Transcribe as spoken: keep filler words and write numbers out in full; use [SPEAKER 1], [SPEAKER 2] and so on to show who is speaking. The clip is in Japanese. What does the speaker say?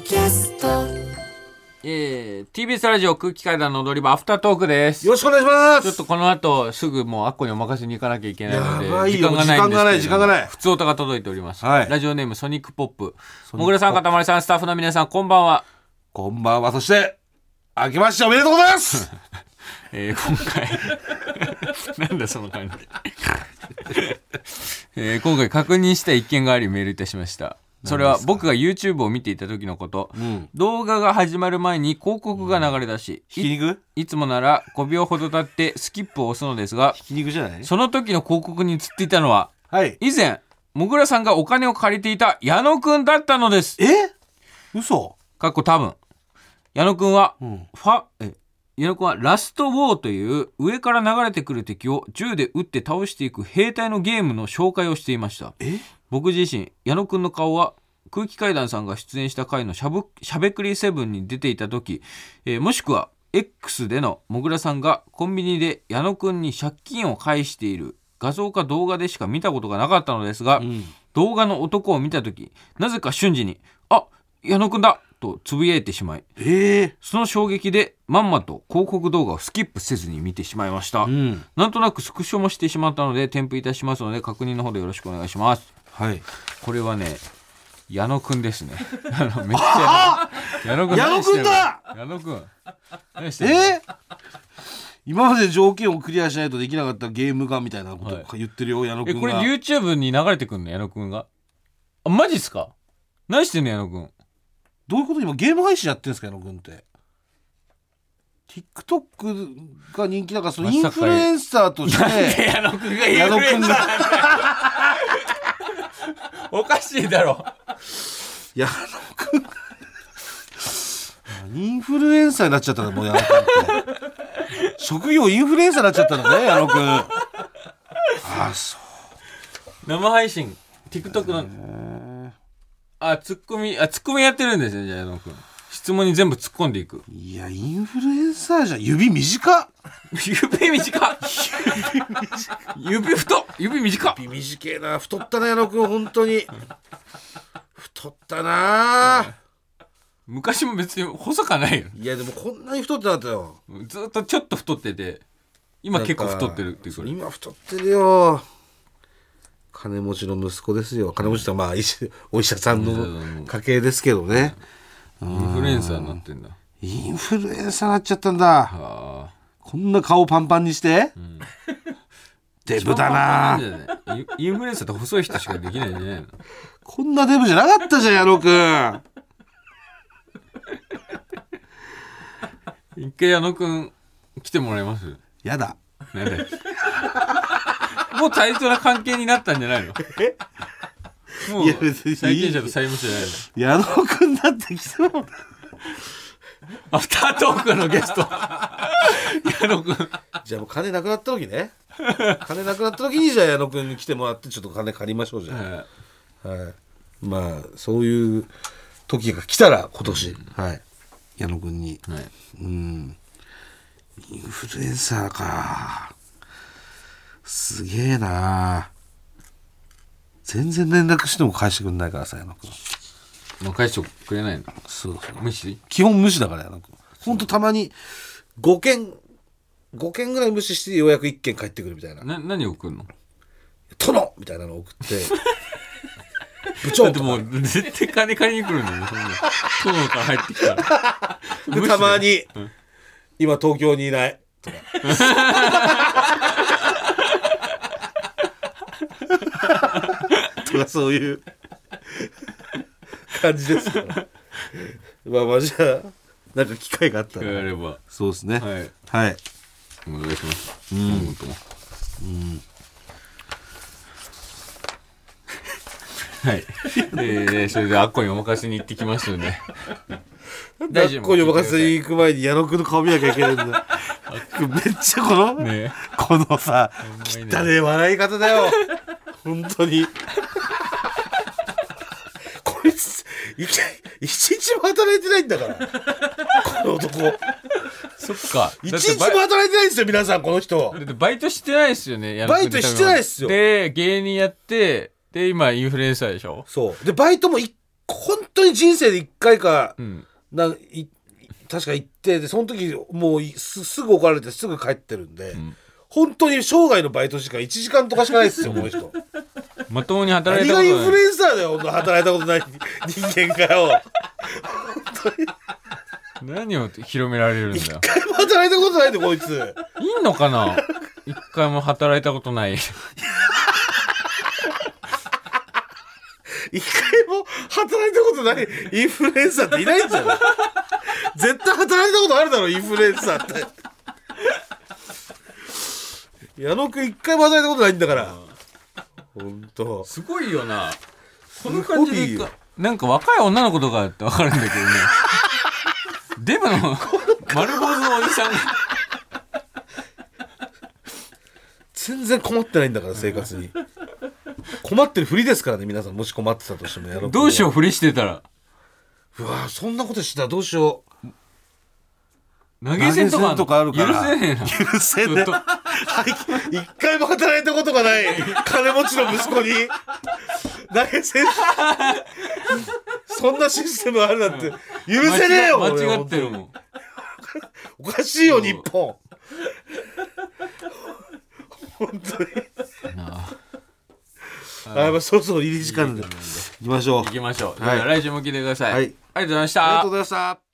[SPEAKER 1] キャスト。
[SPEAKER 2] えー、ティービーエス ラジオ空気階段の踊り場アフタートークです。
[SPEAKER 3] よろしくお願いします。
[SPEAKER 2] ちょっとこの後すぐもうアッコにお任せに行かなきゃいけないので、
[SPEAKER 3] やばいよ、
[SPEAKER 2] 時間がないんですけれども、
[SPEAKER 3] 時間がない時間がない
[SPEAKER 2] 普通歌が届いております、
[SPEAKER 3] はい、
[SPEAKER 2] ラジオネームソニックポップ。もぐらさん、かたまりさん、スタッフの皆さん、こんばんは。
[SPEAKER 3] こんばんは。そして明けましておめでとうございます
[SPEAKER 2] えー、今回なんだその感じ、えー、今回確認した一件がありメールいたしました。それは僕が YouTube を見ていた時のこと、うん、動画が始まる前に広告が流れ出し、
[SPEAKER 3] ひき肉
[SPEAKER 2] い, いつもならごびょうほど経ってスキップを押すのですが、
[SPEAKER 3] ひき肉じゃない？
[SPEAKER 2] その時の広告に映っていたのは、はい、以前もぐらさんがお金を借りていた矢野くんだったのです。
[SPEAKER 3] え？嘘？
[SPEAKER 2] かっこ多分矢野くんは、うん、ファえ矢野くんはラストウォーという上から流れてくる敵を銃で撃って倒していく兵隊のゲームの紹介をしていました。
[SPEAKER 3] え？
[SPEAKER 2] 僕自身矢野くんの顔は空気階段さんが出演した回のしゃぶしゃべくりセブンに出ていた時、えー、もしくは X でのもぐらさんがコンビニで矢野くんに借金を返している画像か動画でしか見たことがなかったのですが、うん、動画の男を見た時なぜか瞬時にあ矢野くんだとつぶやいてしまい、
[SPEAKER 3] えー、
[SPEAKER 2] その衝撃でまんまと広告動画をスキップせずに見てしまいました、うん、なんとなくスクショもしてしまったので添付いたしますので確認のほどよろしくお願いします。
[SPEAKER 3] はい、こ
[SPEAKER 2] れはね矢野くんですね。あのめっちゃ矢野くん
[SPEAKER 3] 矢野くんだ。
[SPEAKER 2] 矢野くん
[SPEAKER 3] 何してるの？えー、今まで条件をクリアしないとできなかったゲームがみたいなことを言ってるよ、はい、矢野くんが。
[SPEAKER 2] えこれ YouTube に流れてくんの矢野くんが。あマジっすか？何してんの矢野くん。
[SPEAKER 3] どういうこと？今ゲーム配信やってんすか矢野くんって。 TikTok が人気だからそのインフルエンサーとしてなん
[SPEAKER 2] で矢野くんがインフルエンサーなんおかしいだろ
[SPEAKER 3] 矢野くんインフルエンサーになっちゃったのもう矢野くんって職業インフルエンサーになっちゃったのね矢野くん。ああそう
[SPEAKER 2] 生配信 TikTok のあツッコミあツッコミやってるんですね。じゃあ矢野くん質問に全部突っ込んでいく。
[SPEAKER 3] いやインフルエンサーじゃん。指短っ
[SPEAKER 2] 指短っ指太っ指短っ
[SPEAKER 3] 指短いな。太ったな矢野くん本当に太ったな。
[SPEAKER 2] 昔も別に細かないよ。
[SPEAKER 3] いやでもこんなに太ってなかったよ。
[SPEAKER 2] ずっとちょっと太ってて今結構太ってるっていう。
[SPEAKER 3] 今太ってるよ。金持ちの息子ですよ。金持ちとはまあお医者さんの家系ですけどね。
[SPEAKER 2] インフルエンサーになってんだ。
[SPEAKER 3] インフルエンサーになっちゃったんだ。はこんな顔パンパンにして、うん、デブだな。
[SPEAKER 2] インフルエンサーって細い人しかできないんじゃないの？
[SPEAKER 3] こんなデブじゃなかったじゃん矢野くん。
[SPEAKER 2] 一回矢野くん来てもらえます？
[SPEAKER 3] やだ。
[SPEAKER 2] なんだもう対等な関係になったんじゃないの？えもう債権者と債務者じゃないの？
[SPEAKER 3] 矢野くんだって来ても
[SPEAKER 2] アフタートークのゲスト矢野くん。
[SPEAKER 3] じゃあもう金なくなった時ね金なくなった時にじゃあ矢野くんに来てもらってちょっと金借りましょうじゃあ、はいはい、まあそういう時が来たら今年、うん、はい矢野くんに、はい、うんインフルエンサーかすげえな。全然連絡しても返してくんないからさ矢野くん。
[SPEAKER 2] もう返してくれないの？
[SPEAKER 3] そうそう
[SPEAKER 2] 無視？
[SPEAKER 3] 基本無視だから矢野くん。ほんとたまにごけんごけんぐらい無視してようやくいっけん返ってくるみたいな。
[SPEAKER 2] な何送るの？
[SPEAKER 3] 殿みたいなの送って部長とか
[SPEAKER 2] もう絶対金借りに来るんだよね。殿から入ってきたら
[SPEAKER 3] でたまに、うん、今東京にいないとかとかそういう感じですからまあまあじゃあなんか機会があったら
[SPEAKER 2] やれば
[SPEAKER 3] そうですね。
[SPEAKER 2] はい、
[SPEAKER 3] はい、
[SPEAKER 2] お願いします。うん、うん、はい、えー、それでアッコにお任せに行ってきますので
[SPEAKER 3] 大丈夫。アッコにお任せに行く前に矢野くんの顔見なきゃいけないんだめっちゃこの、ね、このさ汚ね笑い方だよ本当にこいつ一日も働いてないんだからこの男
[SPEAKER 2] そっか
[SPEAKER 3] 一日も働いてないんですよ皆さん。この人
[SPEAKER 2] だってバイトしてないですよね。
[SPEAKER 3] バイトしてないですよ。
[SPEAKER 2] で芸人やってで今インフルエンサーでしょ。
[SPEAKER 3] そうでバイトもいっ本当に人生でいっかいか、
[SPEAKER 2] うん、
[SPEAKER 3] ない確か行ってでその時もうすすぐ怒られてすぐ帰ってるんで、うん、本当に生涯のバイト時間いちじかんとかしかないですよこの人。
[SPEAKER 2] まともに働いたことない。
[SPEAKER 3] 何がインフルエンサーだよ働いたことない人間かよ。本当に
[SPEAKER 2] 何を広められるんだよ。
[SPEAKER 3] 一回も働いたことないでこいつ。
[SPEAKER 2] いいのかな。一回も働いたことない。
[SPEAKER 3] 一回も働いたことないインフルエンサーっていないんじゃない。絶対働いたことあるだろインフルエンサーって。矢野くん一回も働いたことないんだから。本当。
[SPEAKER 2] すごいよな。この感じでいくかなんか若い女の子とかって分かるんだけどね。デブの丸坊主のおじさんが
[SPEAKER 3] 全然困ってないんだから生活に。困ってるふりですからね皆さん。もし困ってたとしてもやろう。
[SPEAKER 2] どうしようふりしてたら。
[SPEAKER 3] うわそんなことしてたらどうしよう。
[SPEAKER 2] 投げ銭とか
[SPEAKER 3] とかあるから
[SPEAKER 2] 許せねえな。
[SPEAKER 3] 許せねえ。一回も働いたことがない金持ちの息子に投げ銭そんなシステムあるなんて許せねえよ。
[SPEAKER 2] 間違ってるもん。
[SPEAKER 3] おかしいよ日本。本当になあ。あまあそろそろ入り時間で行きましょう。
[SPEAKER 2] 行きましょう。
[SPEAKER 3] はい、
[SPEAKER 2] 来週も聞いてください。はい、ありがとうございました。
[SPEAKER 3] ありがとうございました。